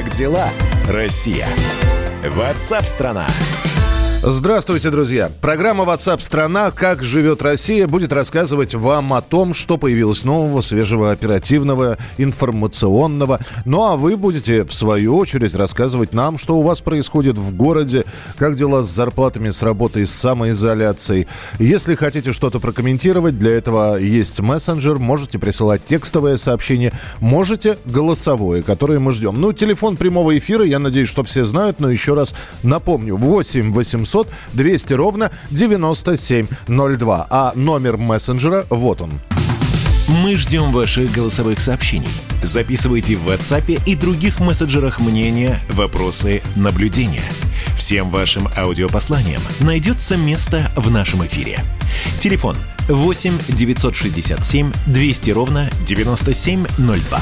Как дела, Россия? WhatsApp-страна. Здравствуйте, друзья. Программа WhatsApp страна «Как живет Россия» будет рассказывать вам о том, что появилось нового, свежего, оперативного, информационного. Ну а вы будете, в свою очередь, рассказывать нам, что у вас происходит в городе, как дела с зарплатами, с работой, с самоизоляцией. Если хотите что-то прокомментировать, для этого есть мессенджер. Можете присылать текстовое сообщение, можете голосовое, которое мы ждем. Ну, телефон прямого эфира, я надеюсь, что все знают, но еще раз напомню. 8 800 200 ровно 9702. А номер мессенджера вот он. Мы ждем ваших голосовых сообщений. Записывайте в WhatsApp и других мессенджерах мнения, вопросы, наблюдения. Всем вашим аудиопосланиям найдется место в нашем эфире. Телефон 8 967 200 ровно 9702.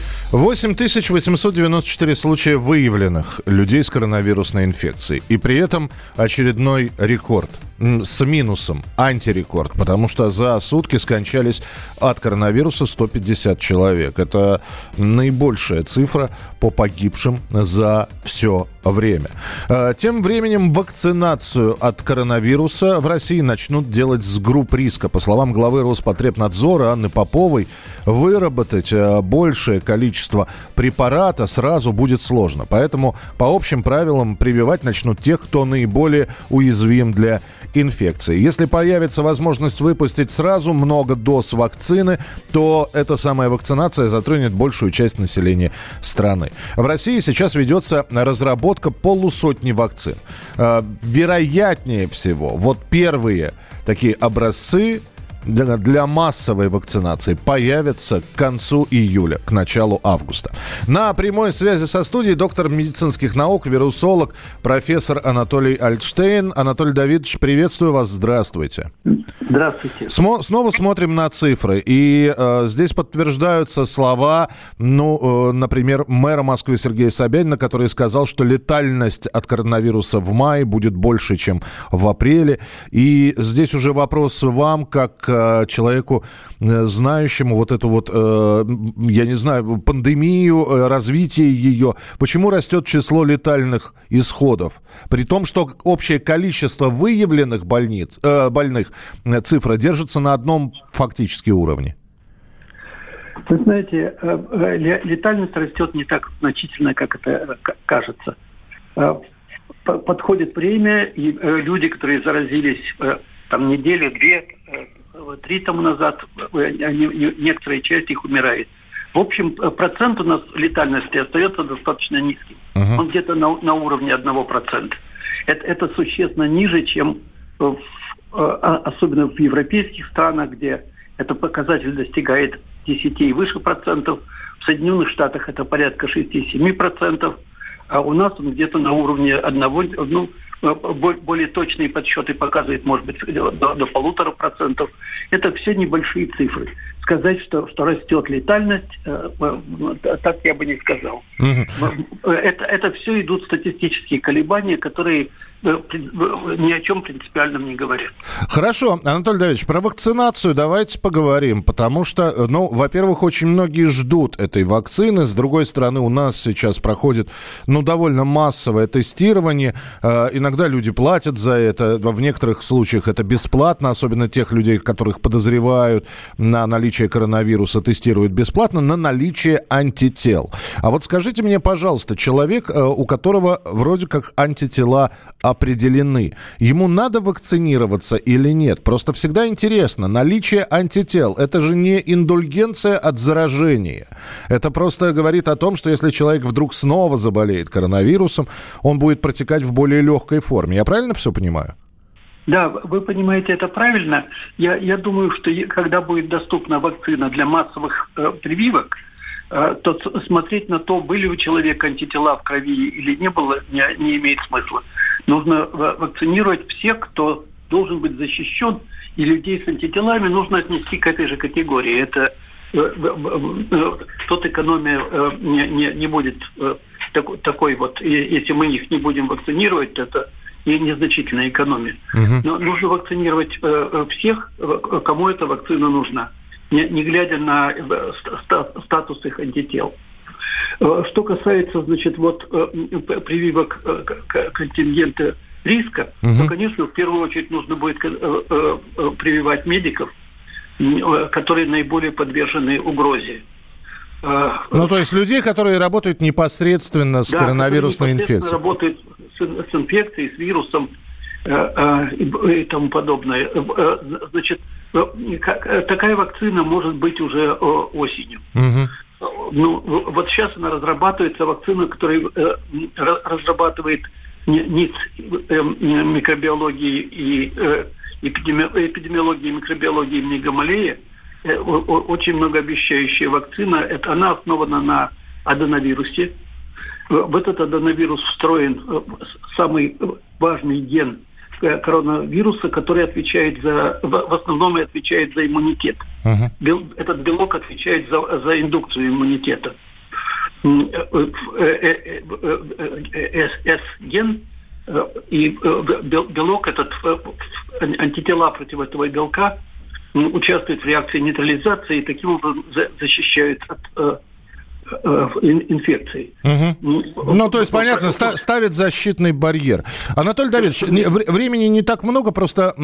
8894 случая выявленных людей с коронавирусной инфекцией. И при этом очередной рекорд. С минусом, антирекорд, потому что за сутки скончались от коронавируса 150 человек. Это наибольшая цифра по погибшим за все время. Тем временем вакцинацию от коронавируса в России начнут делать с групп риска. По словам главы Роспотребнадзора Анны Поповой, выработать большее количество препарата сразу будет сложно. Поэтому по общим правилам прививать начнут тех, кто наиболее уязвим для инфекции. Если появится возможность выпустить сразу много доз вакцины, то эта самая вакцинация затронет большую часть населения страны. В России сейчас ведется разработка полусотни вакцин. Вероятнее всего, вот первые такие образцы для массовой вакцинации появятся к концу июля, к началу августа. На прямой связи со студией доктор медицинских наук, вирусолог, профессор Анатолий Альтштейн. Анатолий Давидович, приветствую вас, здравствуйте. Здравствуйте. Снова смотрим на цифры, и здесь подтверждаются слова, например, мэра Москвы Сергея Собянина, который сказал, что летальность от коронавируса в мае будет больше, чем в апреле. И здесь уже вопрос вам, как человеку, знающему вот эту вот, я не знаю, пандемию, развитие ее. Почему растет число летальных исходов? При том, что общее количество выявленных больных, цифра держится на одном фактически уровне. Вы знаете, летальность растет не так значительно, как это кажется. Подходит время, и люди, которые заразились там неделю, 2-3 тому назад, некоторая часть их умирает. В общем, процент у нас летальности остается достаточно низким. Uh-huh. Он где-то на уровне 1%. Это существенно ниже, чем особенно в европейских странах, где этот показатель достигает 10 и выше процентов. В Соединенных Штатах это порядка 6-7%. А у нас он где-то на уровне 1%, более точные подсчеты показывают, может быть, до 1,5%. Это все небольшие цифры. Сказать, что растет летальность, так я бы не сказал. Угу. Это все идут статистические колебания, которые ни о чем принципиальном не говорят. Хорошо, Анатолий Давидович, про вакцинацию давайте поговорим, потому что, во-первых, очень многие ждут этой вакцины, с другой стороны, у нас сейчас проходит, довольно массовое тестирование, иногда люди платят за это, в некоторых случаях это бесплатно, особенно тех людей, которых подозревают на наличие коронавируса, тестируют бесплатно на наличие антител. А вот скажите мне, пожалуйста, человек, у которого вроде как антитела определены, ему надо вакцинироваться или нет? Просто всегда интересно, наличие антител – это же не индульгенция от заражения. Это просто говорит о том, что если человек вдруг снова заболеет коронавирусом, он будет протекать в более легкой форме. Я правильно все понимаю? Да, вы понимаете это правильно. Я думаю, что когда будет доступна вакцина для массовых прививок, то смотреть на то, были у человека антитела в крови или не было, не имеет смысла. Нужно вакцинировать всех, кто должен быть защищен, и людей с антителами нужно отнести к этой же категории. Это тут экономия не будет такой вот, если мы их не будем вакцинировать, это и незначительная экономия. Uh-huh. Но нужно вакцинировать всех, кому эта вакцина нужна, не глядя на статус их антител. Что касается, значит, вот прививок контингента риска, то, конечно, в первую очередь нужно будет прививать медиков, которые наиболее подвержены угрозе. Ну, то есть людей, которые работают непосредственно с коронавирусной инфекцией. Работают с инфекцией, с вирусом и тому подобное. Значит, такая вакцина может быть уже осенью. Ну, вот сейчас она разрабатывается, вакцина, которая разрабатывает НИЦ микробиологии и эпидемиологии и микробиологии имени Гамалея. Очень многообещающая вакцина. Она основана на аденовирусе. В этот аденовирус встроен самый важный ген коронавируса, который в основном отвечает за иммунитет. Этот белок отвечает за индукцию иммунитета. С-ген и белок, этот антитела против этого белка участвуют в реакции нейтрализации и таким образом защищают от инфекции. Ну, то есть, понятно, ставит защитный барьер. Анатолий Давидович, времени не так много, просто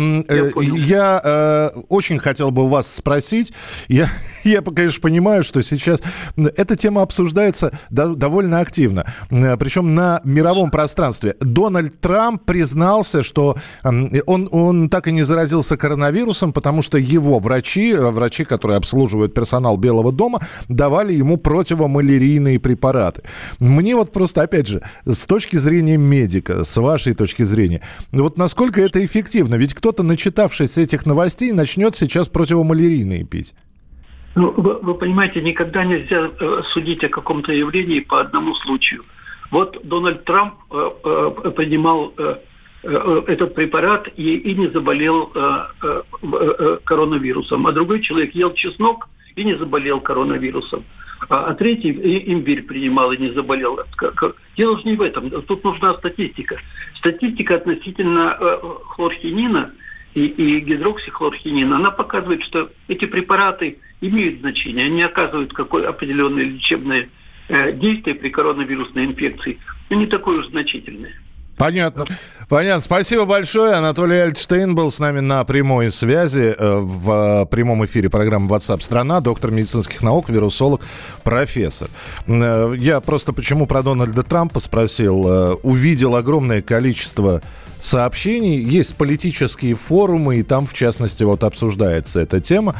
я очень хотел бы у вас спросить. Я, конечно, понимаю, что сейчас эта тема обсуждается довольно активно, причем на мировом пространстве. Дональд Трамп признался, что он так и не заразился коронавирусом, потому что его врачи, которые обслуживают персонал Белого дома, давали ему противомалярийные препараты. Мне вот просто, опять же, с точки зрения медика, с вашей точки зрения, вот насколько это эффективно? Ведь кто-то, начитавшись этих новостей, начнет сейчас противомалярийные пить. Ну, вы понимаете, никогда нельзя судить о каком-то явлении по одному случаю. Вот Дональд Трамп принимал этот препарат и не заболел коронавирусом, а другой человек ел чеснок и не заболел коронавирусом. А третий имбирь принимал и не заболел. Дело же не в этом. Тут нужна статистика. Статистика относительно хлорхинина и гидроксихлорхинина, она показывает, что эти препараты имеют значение. Они оказывают какое определенное лечебное действие при коронавирусной инфекции, но не такое уж значительное. Понятно. Спасибо большое. Анатолий Альтштейн был с нами на прямой связи в прямом эфире программы WhatsApp страна, доктор медицинских наук, вирусолог, профессор. Я просто почему про Дональда Трампа спросил. Увидел огромное количество сообщений. Есть политические форумы, и там, в частности, вот обсуждается эта тема.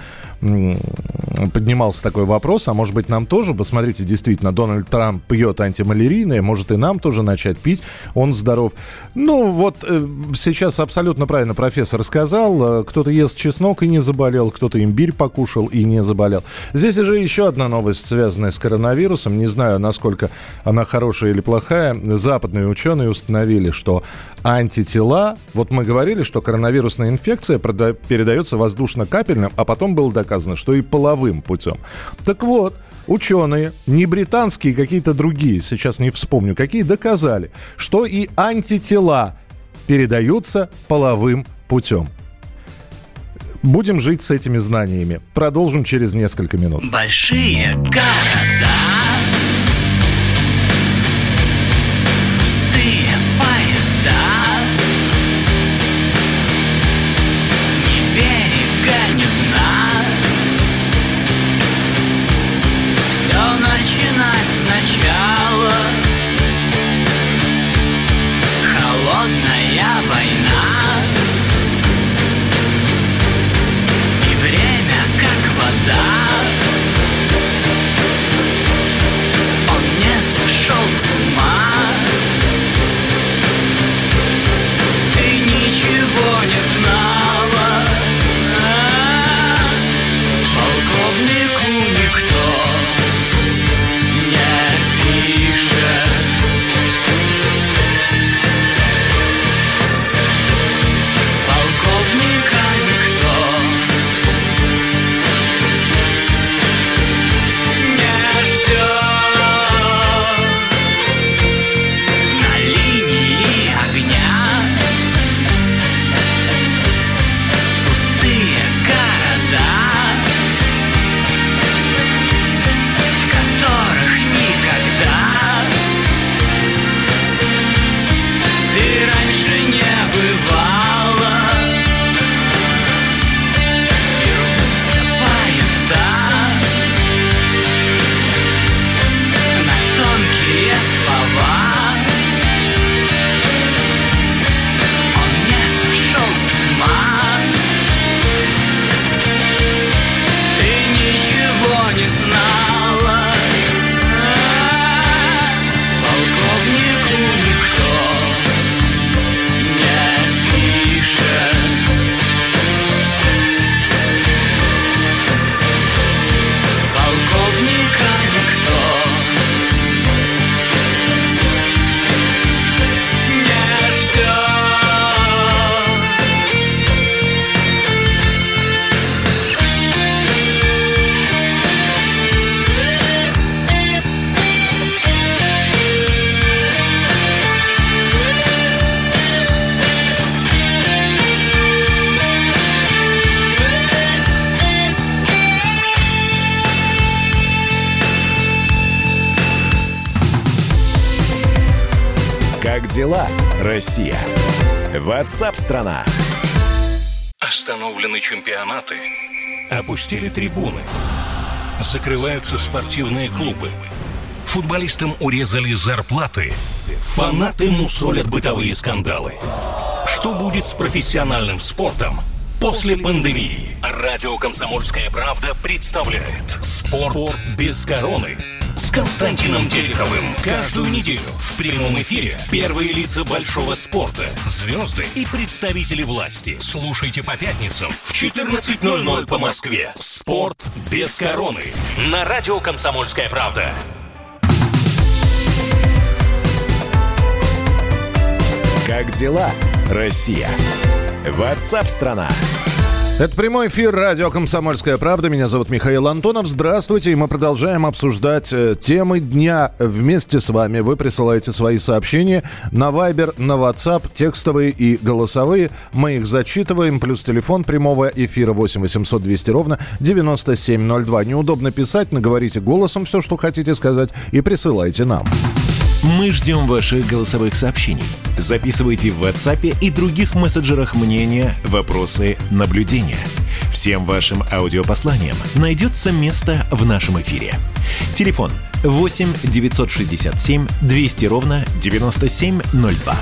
Поднимался такой вопрос, а может быть нам тоже? Посмотрите, действительно, Дональд Трамп пьет антималярийное, может и нам тоже начать пить, он здоров. Ну вот сейчас абсолютно правильно профессор сказал, кто-то ест чеснок и не заболел, кто-то имбирь покушал и не заболел. Здесь же еще одна новость, связанная с коронавирусом, не знаю, насколько она хорошая или плохая. Западные ученые установили, что антитела, вот мы говорили, что коронавирусная инфекция передается воздушно-капельным, а потом было доказано, что и половым путем. Так вот, ученые, не британские, какие-то другие, сейчас не вспомню, какие, доказали, что и антитела передаются половым путем. Будем жить с этими знаниями. Продолжим через несколько минут. Большие города. дела, Россия? WhatsApp-страна! Остановлены чемпионаты. Опустили трибуны. Закрываются спортивные клубы. Футболистам урезали зарплаты. Фанаты мусолят бытовые скандалы. Что будет с профессиональным спортом после пандемии? Радио «Комсомольская правда» представляет «Спорт без короны» с Константином Тереховым. Каждую неделю в прямом эфире первые лица большого спорта, звезды и представители власти. Слушайте по пятницам в 14:00 по Москве. «Спорт без короны» на радио «Комсомольская правда». Как дела, Россия? WhatsApp-страна! Это прямой эфир радио «Комсомольская правда». Меня зовут Михаил Антонов. Здравствуйте. И мы продолжаем обсуждать темы дня вместе с вами. Вы присылаете свои сообщения на Viber, на WhatsApp, текстовые и голосовые. Мы их зачитываем. Плюс телефон прямого эфира 8 800 200 ровно 9702. Неудобно писать, наговорите голосом все, что хотите сказать, и присылайте нам. Мы ждем ваших голосовых сообщений. Записывайте в WhatsApp и других мессенджерах мнения, вопросы, наблюдения. Всем вашим аудиопосланиям найдется место в нашем эфире. Телефон 8 967 200 ровно 9702.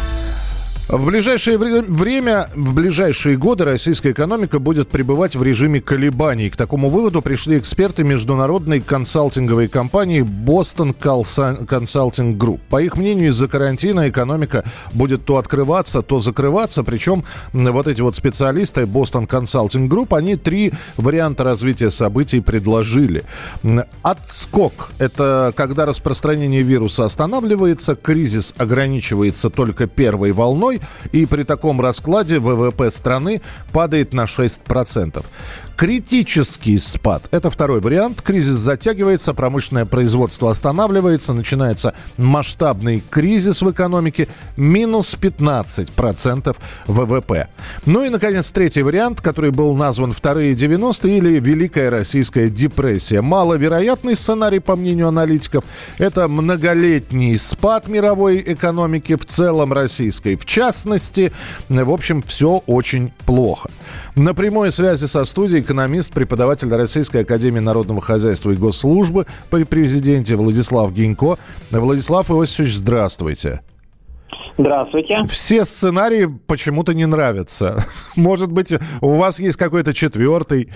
В ближайшее время, в ближайшие годы российская экономика будет пребывать в режиме колебаний. К такому выводу пришли эксперты международной консалтинговой компании Boston Consulting Group. По их мнению, из-за карантина экономика будет то открываться, то закрываться. Причем вот эти вот специалисты Boston Consulting Group, они 3 варианта развития событий предложили. Отскок – это когда распространение вируса останавливается, кризис ограничивается только первой волной, и при таком раскладе ВВП страны падает на 6%. Критический спад – это второй вариант. Кризис затягивается, промышленное производство останавливается, начинается масштабный кризис в экономике, минус 15% ВВП. Ну и, наконец, третий вариант, который был назван «Вторые 90-е» или «Великая Российская депрессия». Маловероятный сценарий, по мнению аналитиков, это многолетний спад мировой экономики, в целом российской в частности. В общем, все очень плохо. На прямой связи со студией экономист, преподаватель Российской академии народного хозяйства и госслужбы при президенте Владислав Гинько. Владислав Иосифович, здравствуйте. Здравствуйте. Все сценарии почему-то не нравятся. Может быть, у вас есть какой-то четвертый?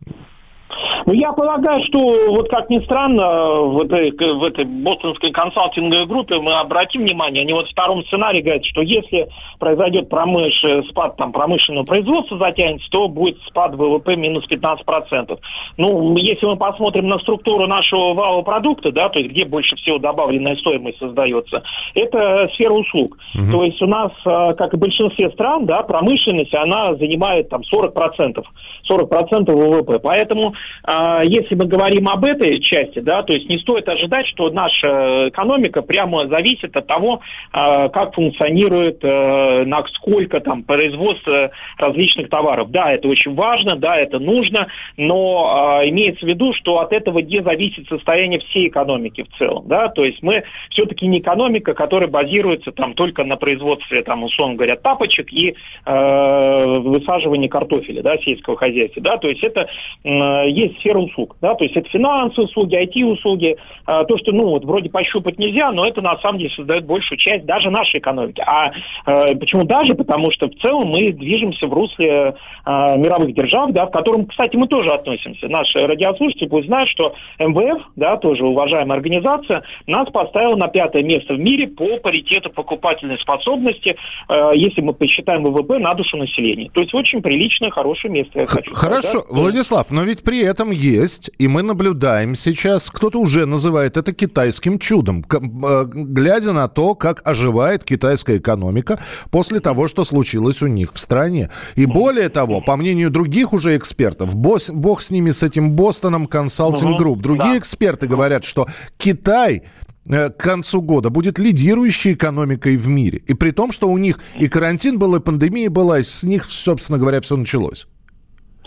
Ну, я полагаю, что, вот как ни странно, в этой бостонской консалтинговой группе мы обратим внимание, они вот в втором сценарии говорят, что если произойдет спад промышленного производства затянется, то будет спад ВВП минус 15%. Ну, если мы посмотрим на структуру нашего валового продукта, да, то есть где больше всего добавленная стоимость создается, это сфера услуг. То есть у нас, как и в большинстве стран, да, промышленность, она занимает там 40% ВВП. Поэтому если мы говорим об этой части, да, то есть не стоит ожидать, что наша экономика прямо зависит от того, как функционирует, насколько там производство различных товаров. Да, это очень важно, да, это нужно, но имеется в виду, что от этого не зависит состояние всей экономики в целом, да, то есть мы все-таки не экономика, которая базируется там только на производстве, там, условно говоря, тапочек и высаживании картофеля, да, сельского хозяйства, да, то есть это есть сфера услуг, да, то есть это финансовые услуги, IT-услуги, то, что, ну, вот вроде пощупать нельзя, но это на самом деле создает большую часть даже нашей экономики. Почему даже? Потому что в целом мы движемся в русле мировых держав, да, в котором, кстати, мы тоже относимся. Наши радиослушатели пусть знают, что МВФ, да, тоже уважаемая организация, нас поставила на 5-е место в мире по паритету покупательной способности, если мы посчитаем ВВП на душу населения. То есть очень приличное, хорошее место. Хорошо, да? Владислав, но ведь при этом есть, и мы наблюдаем сейчас, кто-то уже называет это китайским чудом, глядя на то, как оживает китайская экономика после того, что случилось у них в стране. И более того, по мнению других уже экспертов, бог с ними, с этим Бостоном Консалтинг Групп, другие эксперты говорят, что Китай к концу года будет лидирующей экономикой в мире. И при том, что у них и карантин был, и пандемия была, и с них, собственно говоря, все началось.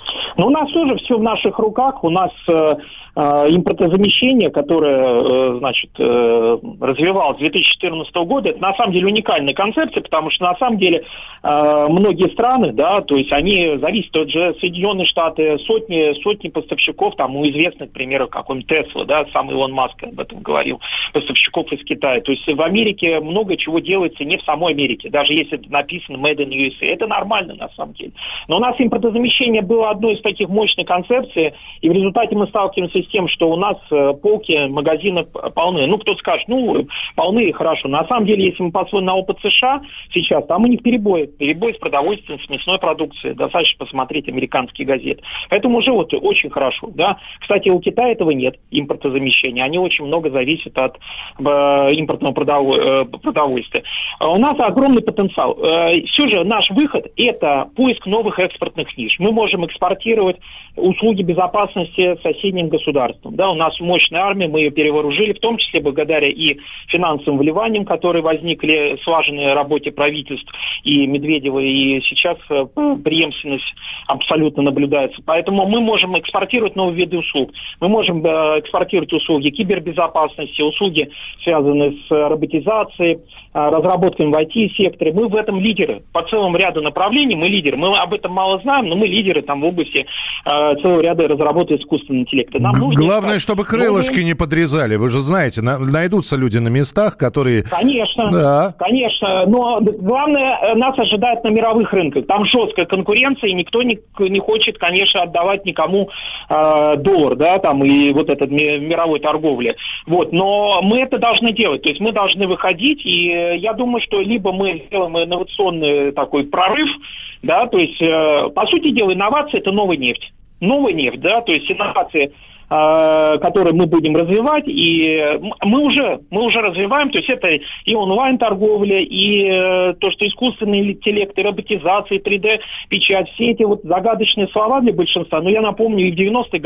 Но у нас тоже все в наших руках. У нас импортозамещение, которое, развивалось с 2014 года, это на самом деле уникальная концепция, потому что на самом деле многие страны, да, то есть они зависят от же Соединенные Штаты, сотни поставщиков, там у известных, к примеру, какой-нибудь Тесла, да, сам Илон Маск об этом говорил, поставщиков из Китая. То есть в Америке много чего делается не в самой Америке, даже если это написано Made in USA. Это нормально на самом деле. Но у нас импортозамещение было одной из таких мощных концепций, и в результате мы сталкиваемся с тем, что у нас полки магазинов полны. Ну, кто скажет, полны и хорошо. На самом деле, если мы посмотрим на опыт США сейчас, там у них перебой с продовольствием, с мясной продукцией. Достаточно посмотреть американские газеты. Поэтому уже очень хорошо. Да? Кстати, у Китая этого нет, импортозамещения. Они очень много зависят от импортного продовольствия. У нас огромный потенциал. Все же наш выход – это поиск новых экспортных ниш. Мы можем экспортировать услуги безопасности соседним государствам. Да, у нас мощная армия, мы ее перевооружили, в том числе благодаря и финансовым вливаниям, которые возникли, слаженной работе правительств и Медведева, и сейчас преемственность абсолютно наблюдается. Поэтому мы можем экспортировать новые виды услуг. Мы можем экспортировать услуги кибербезопасности, услуги, связанные с роботизацией, разработками в IT-секторе. Мы в этом лидеры. По целому ряду направлений мы лидеры. Мы об этом мало знаем, но мы лидеры там в области целого ряда разработки искусственного интеллекта. Главное, чтобы крылышки не подрезали. Вы же знаете, найдутся люди на местах, которые... Конечно, да. Конечно. Но главное, нас ожидает на мировых рынках. Там жесткая конкуренция, и никто не хочет, конечно, отдавать никому доллар, да, там, и вот этот мировой торговли. Вот. Но мы это должны делать. То есть мы должны выходить, и я думаю, что либо мы сделаем инновационный такой прорыв, да, то есть, по сути дела, инновация – это новая нефть. Новая нефть, да, то есть инновации, которые мы будем развивать, и мы уже развиваем, то есть это и онлайн-торговля, и то, что искусственный интеллект, и роботизация, и 3D-печать, все эти вот загадочные слова для большинства. Но я напомню, и в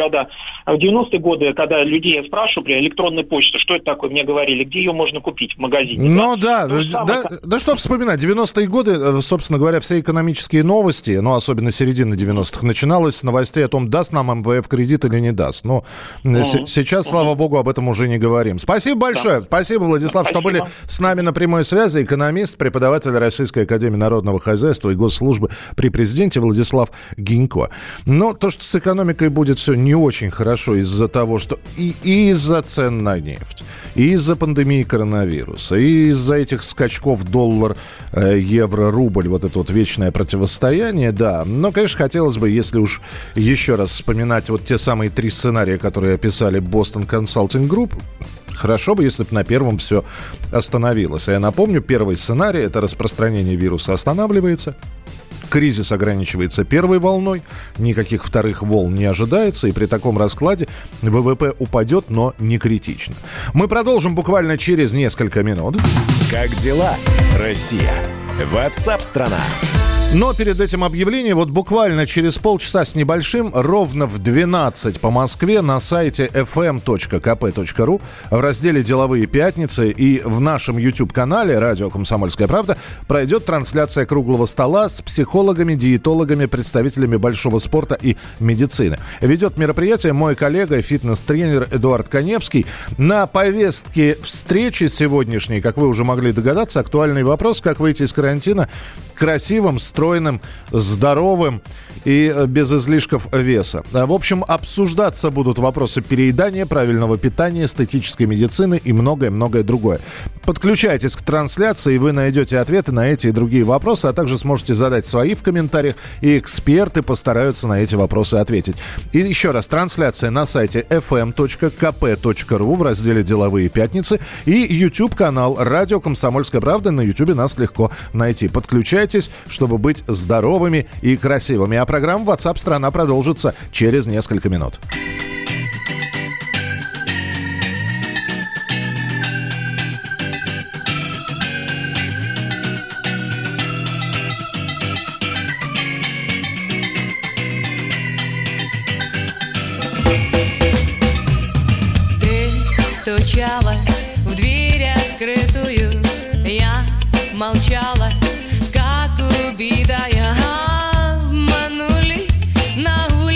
90-е годы, когда людей я спрашиваю, например, электронная почта, что это такое, мне говорили, где ее можно купить в магазине. Ну да, что вспоминать, 90-е годы, собственно говоря, все экономические новости, ну особенно середина 90-х, начиналась с новостей о том, даст нам МВФ кредит или не даст. Но сейчас, слава богу, об этом уже не говорим. Спасибо большое. Да. Спасибо, Владислав, что были с нами на прямой связи. Экономист, преподаватель Российской академии народного хозяйства и госслужбы при президенте Владислав Гинько. Но то, что с экономикой будет все не очень хорошо из-за того, что и из-за цен на нефть, и из-за пандемии коронавируса, и из-за этих скачков доллар, евро, рубль, вот это вот вечное противостояние, да. Но, конечно, хотелось бы, если уж еще раз вспоминать вот те самые 3 сценария, которые описали Boston Consulting Group, хорошо бы, если бы на первом все остановилось. А я напомню, первый сценарий – это распространение вируса останавливается, кризис ограничивается первой волной, никаких вторых волн не ожидается, и при таком раскладе ВВП упадет, но не критично. Мы продолжим буквально через несколько минут. Как дела, Россия? WhatsApp-страна. Но перед этим объявлением, вот буквально через полчаса с небольшим, ровно в 12 по Москве на сайте fm.kp.ru в разделе «Деловые пятницы» и в нашем YouTube-канале «Радио Комсомольская правда» пройдет трансляция круглого стола с психологами, диетологами, представителями большого спорта и медицины. Ведет мероприятие мой коллега, фитнес-тренер Эдуард Каневский. На повестке встречи сегодняшней, как вы уже могли догадаться, актуальный вопрос, как выйти из карантина красивым, стройным, здоровым и без излишков веса. В общем, обсуждаться будут вопросы переедания, правильного питания, эстетической медицины и многое-многое другое. Подключайтесь к трансляции, и вы найдете ответы на эти и другие вопросы, а также сможете задать свои в комментариях, и эксперты постараются на эти вопросы ответить. И еще раз, трансляция на сайте fm.kp.ru в разделе «Деловые пятницы» и YouTube-канал «Радио Комсомольская правда». На YouTube нас легко найти. Подключайтесь, чтобы быть здоровыми и красивыми. А программа WhatsApp страна продолжится через несколько минут. Ты стучала в дверь открытую, я молчала, как убитая. Обманули на улице.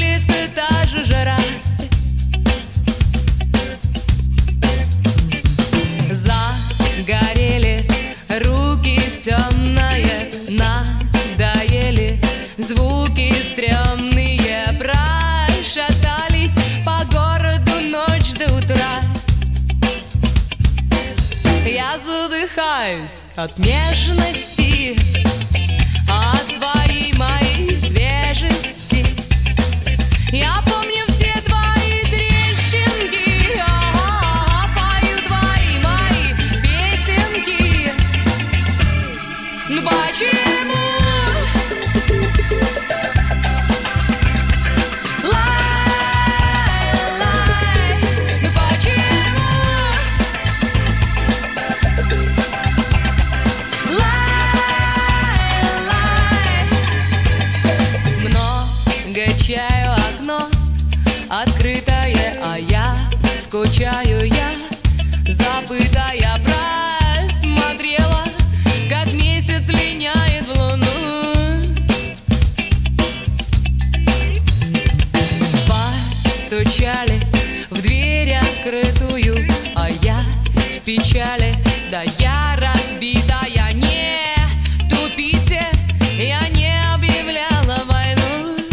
задыхаюсь от нежности, от твоей моей свежести. Я помню все твои трещинки, пою твои мои песенки. Ну почему? Чаю окно открытое, а я скучаю, я забытая просмотрела, как месяц линяет в луну. Постучали в дверь открытую, а я в печали, да я разбитая, не тупите, я не объявляла войну.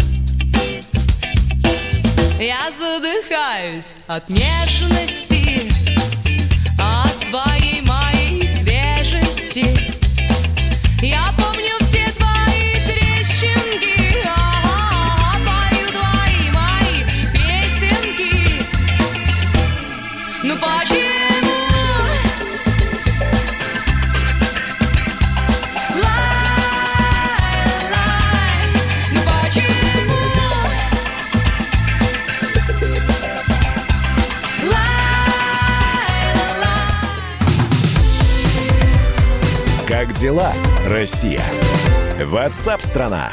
Я задыхаюсь от нежности, от твоей моей свежести. Я помню все твои трещинки, пою твои мои песенки. Ну почему? Как дела, Россия? WhatsApp-страна.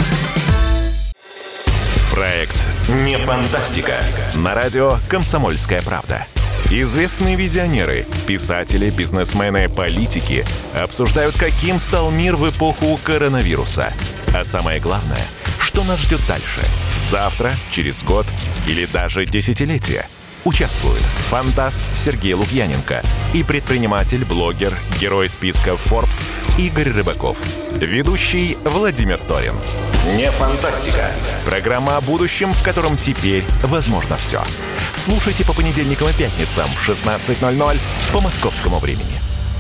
Проект «Не фантастика». На радио «Комсомольская правда». Известные визионеры, писатели, бизнесмены, политики обсуждают, каким стал мир в эпоху коронавируса. А самое главное, что нас ждет дальше? Завтра, через год или даже десятилетие? Участвуют фантаст Сергей Лукьяненко и предприниматель, блогер, герой списка Forbes Игорь Рыбаков. Ведущий Владимир Торин. Не фантастика. Программа о будущем, в котором теперь возможно все. Слушайте по понедельникам и пятницам в 16:00 по московскому времени.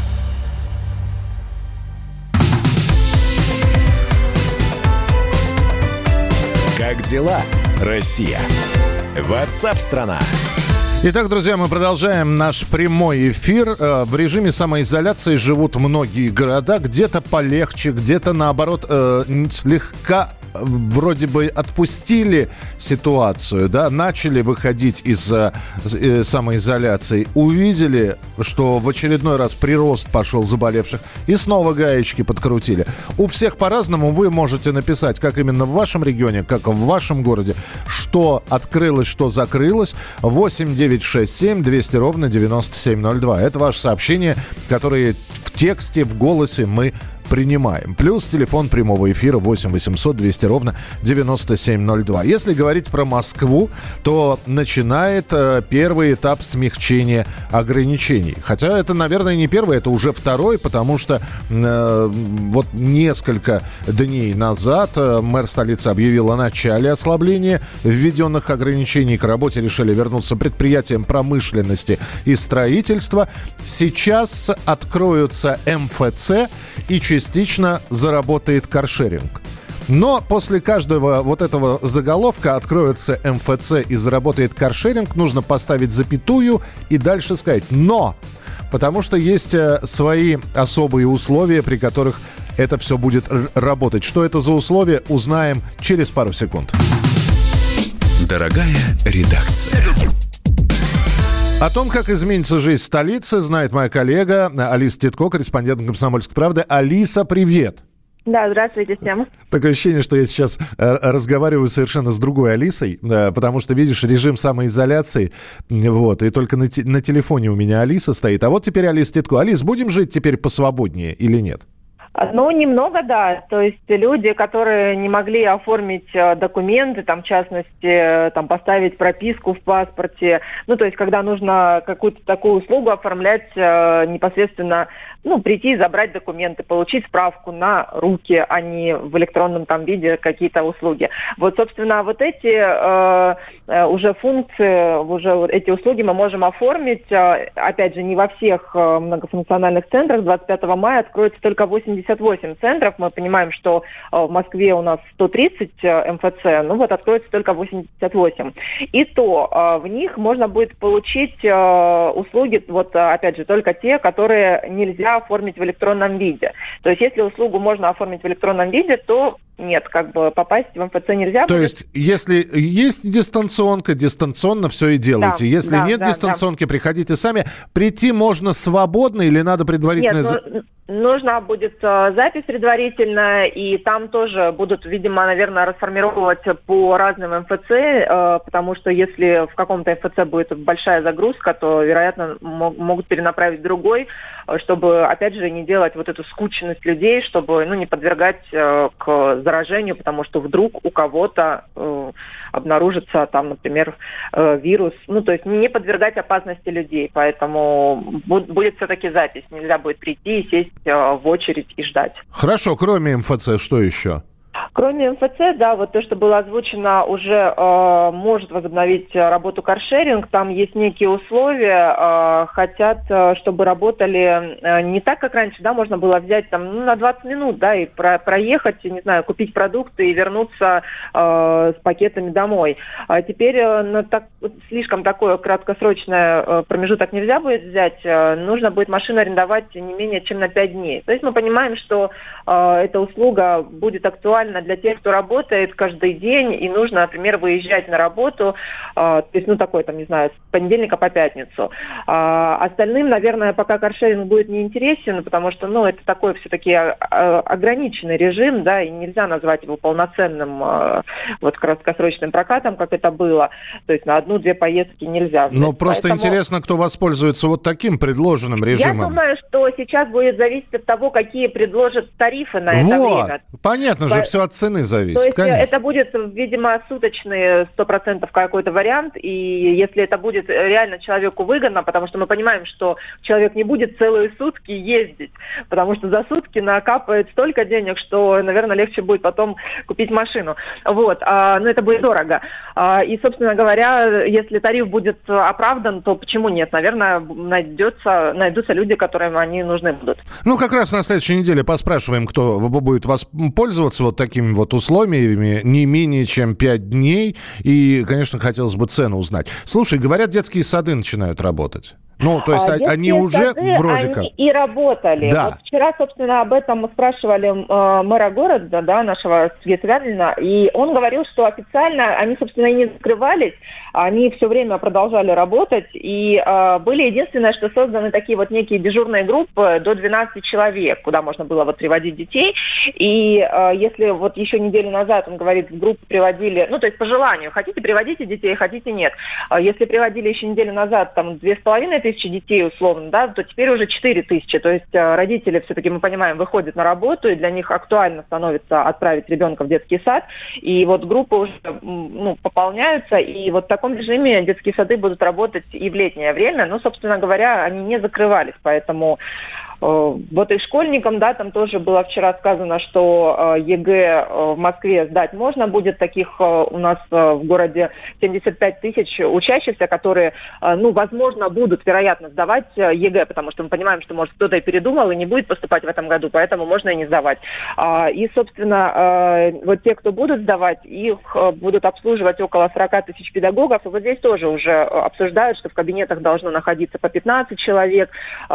Как дела, Россия? WhatsApp-страна. Итак, друзья, мы продолжаем наш прямой эфир. В режиме самоизоляции живут многие города. Где-то полегче, где-то, наоборот, слегка вроде бы отпустили ситуацию, да, начали выходить из самоизоляции, увидели, что в очередной раз прирост пошел заболевших, и снова гаечки подкрутили. У всех по-разному. Вы можете написать, как именно в вашем регионе, как в вашем городе, что открылось, что закрылось. 8-967-200-97-02. Это ваше сообщение, которые в тексте, в голосе мы принимаем. Плюс телефон прямого эфира 8 800 200 ровно 9702. Если говорить про Москву, то начинает первый этап смягчения ограничений. Хотя это, наверное, не первый, это уже второй, потому что вот несколько дней назад мэр столицы объявил о начале ослабления введенных ограничений. К работе решили вернуться предприятиям промышленности и строительства. Сейчас откроются МФЦ и частично заработает каршеринг. Но после каждого вот этого заголовка «Откроется МФЦ и заработает каршеринг» нужно поставить запятую и дальше сказать «но». Потому что есть свои особые условия, при которых это все будет работать. Что это за условия, узнаем через пару секунд. Дорогая редакция. О том, как изменится жизнь столицы, знает моя коллега Алиса Титко, корреспондент «Комсомольской правды». Алиса, привет! Да, здравствуйте всем. Такое ощущение, что я сейчас разговариваю совершенно с другой Алисой, потому что, видишь, режим самоизоляции, вот, и только на телефоне у меня Алиса стоит. А вот теперь Алиса Титко. Алис, будем жить теперь посвободнее или нет? Ну, немного, да. То есть люди, которые не могли оформить документы, там, в частности, там, поставить прописку в паспорте, ну, то есть, когда нужно какую-то такую услугу оформлять непосредственно, ну, прийти и забрать документы, получить справку на руки, а не в электронном там виде какие-то услуги. Вот, собственно, вот эти уже функции, уже вот эти услуги мы можем оформить, опять же, не во всех многофункциональных центрах. 25 мая откроется только 88 центров. Мы понимаем, что в Москве у нас 130 МФЦ, ну вот откроется только 88. И то в них можно будет получить услуги, вот опять же, только те, которые нельзя оформить в электронном виде. То есть если услугу можно оформить в электронном виде, то нет, как бы попасть в МФЦ нельзя. То есть, если есть дистанционка, дистанционно все и делайте. Да, если нет дистанционки, приходите сами. Прийти можно свободно или надо предварительно... Нет, нужна будет запись предварительная, и там тоже будут, видимо, наверное, расформировать по разным МФЦ, потому что если в каком-то МФЦ будет большая загрузка, то, вероятно, могут перенаправить в другой, чтобы, опять же, не делать вот эту скученность людей, чтобы, ну, не подвергать к заражению, потому что вдруг у кого-то обнаружится там, например, вирус. Ну, то есть не подвергать опасности людей. Поэтому будет все-таки запись. Нельзя будет прийти и сесть в очередь и ждать. Хорошо. Кроме МФЦ, что еще? Кроме МФЦ, да, вот то, что было озвучено, уже может возобновить работу каршеринг. Там есть некие условия. Хотят, чтобы работали не так, как раньше, да, можно было взять там на 20 минут, да, и проехать, не знаю, купить продукты и вернуться с пакетами домой. А теперь слишком такой краткосрочный промежуток нельзя будет взять. Нужно будет машину арендовать не менее чем на 5 дней. То есть мы понимаем, что эта услуга будет актуальна для тех, кто работает каждый день, и нужно, например, выезжать на работу, то есть, ну, такой, там, не знаю, с понедельника по пятницу. Остальным, наверное, пока каршеринг будет неинтересен, потому что, ну, это такой все-таки ограниченный режим, да, и нельзя назвать его полноценным вот краткосрочным прокатом, как это было. То есть на 1-2 поездки нельзя взять. Но просто интересно, кто воспользуется вот таким предложенным режимом. Я думаю, что сейчас будет зависеть от того, какие предложат тарифы на это время. Понятно же, все от цены зависит. То есть конечно. Это будет, видимо, суточный 100% какой-то вариант, и если это будет реально человеку выгодно, потому что мы понимаем, что человек не будет целые сутки ездить, потому что за сутки накапает столько денег, что, наверное, легче будет потом купить машину. Вот, но это будет дорого. И, собственно говоря, если тариф будет оправдан, то почему нет? Наверное, найдутся люди, которым они нужны будут. Ну, как раз на следующей неделе поспрашиваем, кто будет воспользоваться вот такими вот условиями не менее чем 5 дней. И, конечно, хотелось бы цену узнать. Слушай, говорят, детские сады начинают работать. Ну, то есть они уже вроде как... Они и работали. Да. Вот вчера, собственно, об этом мы спрашивали мэра города, да, нашего Сергея Собянина, и он говорил, что официально они, собственно, и не закрывались, они все время продолжали работать, и были единственное, что созданы такие вот некие дежурные группы до 12 человек, куда можно было вот приводить детей, и если вот еще неделю назад, он говорит, в группу приводили, ну, то есть по желанию, хотите приводите детей, хотите нет. Если приводили еще неделю назад, там, 2500 детей условно, да, то теперь уже 4000. То есть родители все-таки, мы понимаем, выходят на работу, и для них актуально становится отправить ребенка в детский сад. И вот группы уже пополняются, и вот в таком режиме детские сады будут работать и в летнее время. Но, собственно говоря, они не закрывались, поэтому... Вот и школьникам, да, там тоже было вчера сказано, что ЕГЭ в Москве сдать можно будет. Таких у нас в городе 75 тысяч учащихся, которые, возможно, будут, вероятно, сдавать ЕГЭ, потому что мы понимаем, что, может, кто-то и передумал и не будет поступать в этом году, поэтому можно и не сдавать. И, собственно, вот те, кто будут сдавать, их будут обслуживать около 40 тысяч педагогов. И вот здесь тоже уже обсуждают, что в кабинетах должно находиться по 15 человек.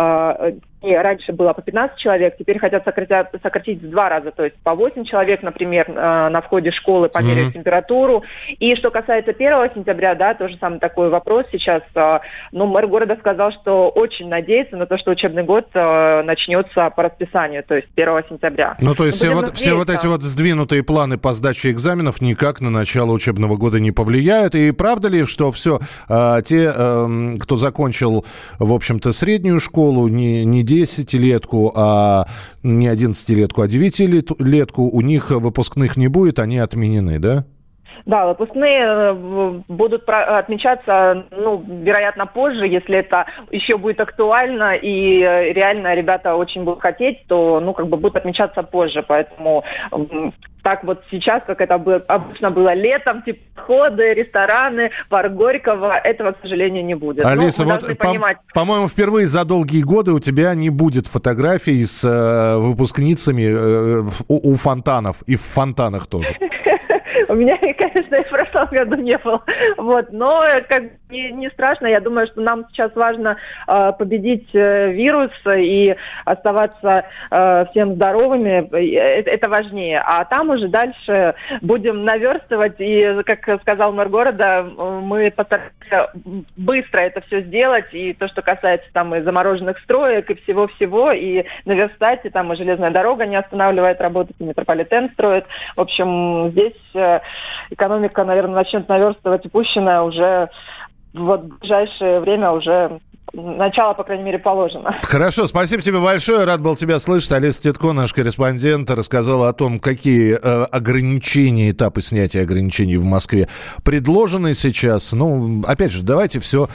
И раньше было по 15 человек, теперь хотят сократить в 2 раза, то есть по 8 человек, например, на входе школы померяют температуру. И что касается 1 сентября, да, тоже самый такой вопрос сейчас. Мэр города сказал, что очень надеется на то, что учебный год начнется по расписанию, то есть 1 сентября. Ну, то есть все вот эти вот сдвинутые планы по сдаче экзаменов никак на начало учебного года не повлияют. И правда ли, что все те, кто закончил, в общем-то, среднюю школу, не 10-летку, а не 11-летку, а 9-летку, у них выпускных не будет, они отменены, да? Да, выпускные будут отмечаться, вероятно, позже, если это еще будет актуально и реально ребята очень будут хотеть, то, будут отмечаться позже. Поэтому так вот сейчас, как это обычно было летом, теплоходы, рестораны, парк Горького, этого, к сожалению, не будет. Алиса, по-моему, впервые за долгие годы у тебя не будет фотографий с выпускницами у фонтанов и в фонтанах тоже. У меня, конечно, и в прошлом году не было. Но не страшно. Я думаю, что нам сейчас важно победить вирус и оставаться всем здоровыми. Это важнее. А там уже дальше будем наверстывать. И, как сказал мэр города, мы постараемся быстро это все сделать. И то, что касается там и замороженных строек, и всего-всего, и наверстать. И там и железная дорога не останавливает работать, и метрополитен строит. В общем, здесь экономика, наверное, начнет наверстывать упущенное уже в ближайшее время, уже начало, по крайней мере, положено. Хорошо, спасибо тебе большое. Рад был тебя слышать. Алиса Титко, наш корреспондент, рассказала о том, какие ограничения, этапы снятия ограничений в Москве предложены сейчас. Опять же, давайте все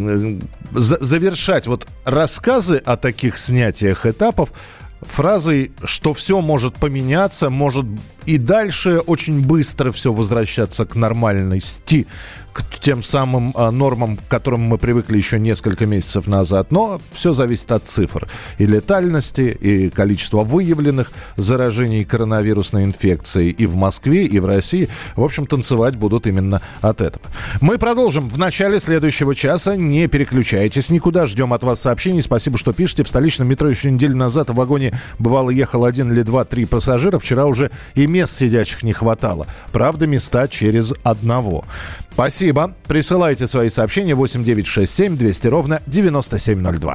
завершать. Рассказы о таких снятиях этапов фразой, что все может поменяться, может и дальше очень быстро все возвращаться к нормальности, к тем самым нормам, к которым мы привыкли еще несколько месяцев назад. Но все зависит от цифр. И летальности, и количества выявленных заражений коронавирусной инфекцией и в Москве, и в России. В общем, танцевать будут именно от этого. Мы продолжим в начале следующего часа. Не переключайтесь никуда. Ждем от вас сообщений. Спасибо, что пишете. В столичном метро еще неделю назад в вагоне бывало ехал 1 или 2-3 пассажира. Вчера уже и мест сидячих не хватало. Правда, места через одного. Спасибо. Присылайте свои сообщения 8 967 200 ровно 9702.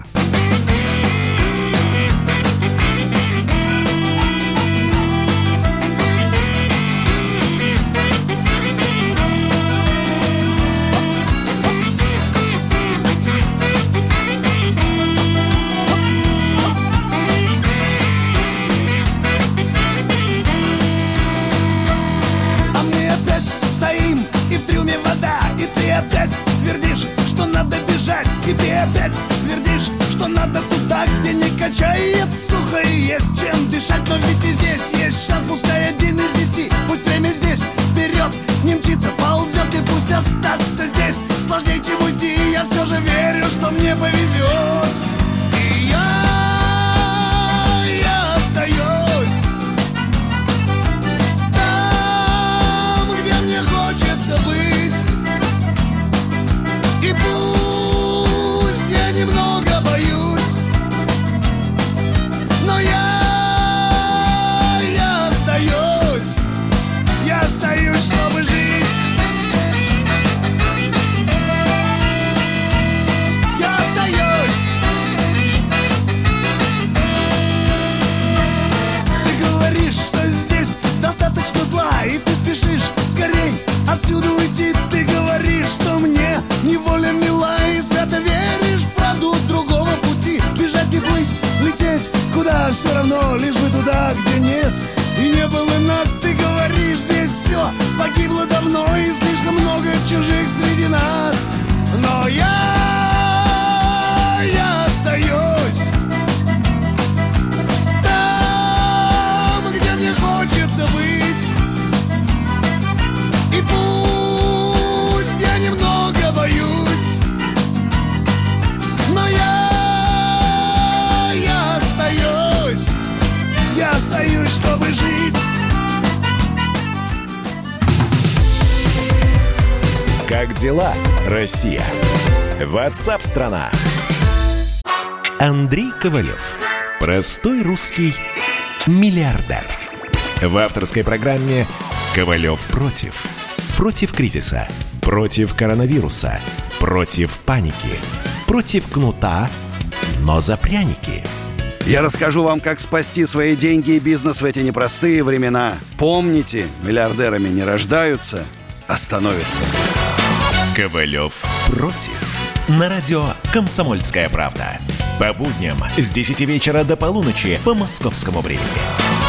Все равно, лишь бы туда, где нет и не было нас. Ты говоришь, здесь все погибло давно, и слишком много чужих среди нас. Но я остаюсь там, где мне хочется быть. И пусть я немного боюсь, но я остаюсь, чтобы жить. Как дела, Россия? WhatsApp-страна. Андрей Ковалев. Простой русский миллиардер. В авторской программе «Ковалев против». Против кризиса, против коронавируса, против паники, против кнута, но за пряники. Я расскажу вам, как спасти свои деньги и бизнес в эти непростые времена. Помните, миллиардерами не рождаются, а становятся. Ковалев против. на радио «Комсомольская правда». По будням с 10 вечера до полуночи по московскому времени.